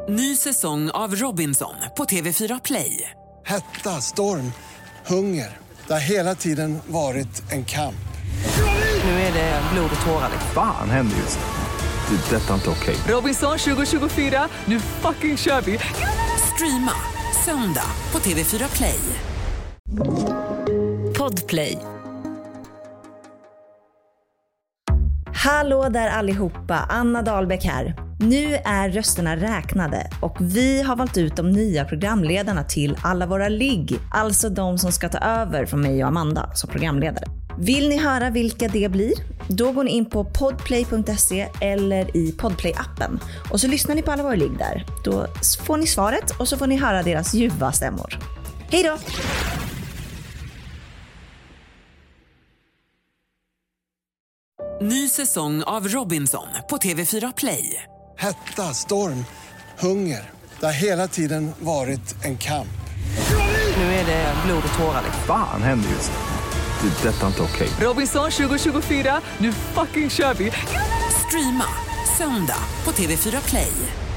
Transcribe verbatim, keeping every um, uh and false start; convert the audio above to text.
Ny säsong av Robinson på T V fyra Play. Hetta, storm, hunger. Det har hela tiden varit en kamp. Nu är det blod och tårar. Fan händer just det. Det är detta inte okej. Robinson tjugo tjugofyra, nu fucking kör vi. Streama söndag på T V fyra Play. Podplay. Hallå där allihopa, Anna Dahlbäck här. Nu är rösterna räknade och vi har valt ut de nya programledarna till alla våra ligg. Alltså de som ska ta över från mig och Amanda som programledare. Vill ni höra vilka det blir? Då går ni in på podplay punkt se eller i Podplay-appen. Och så lyssnar ni på alla våra ligg där. Då får ni svaret och så får ni höra deras ljuva stämmor. Hej då! Ny säsong av Robinson på T V fyra Play. Hetta, storm, hunger. Det har hela tiden varit en kamp. Nu är det blod och tårar. Fan händer just det. Det är detta inte okej. Robinson tjugo tjugofyra, nu fucking kör vi. Streama söndag på T V fyra Play.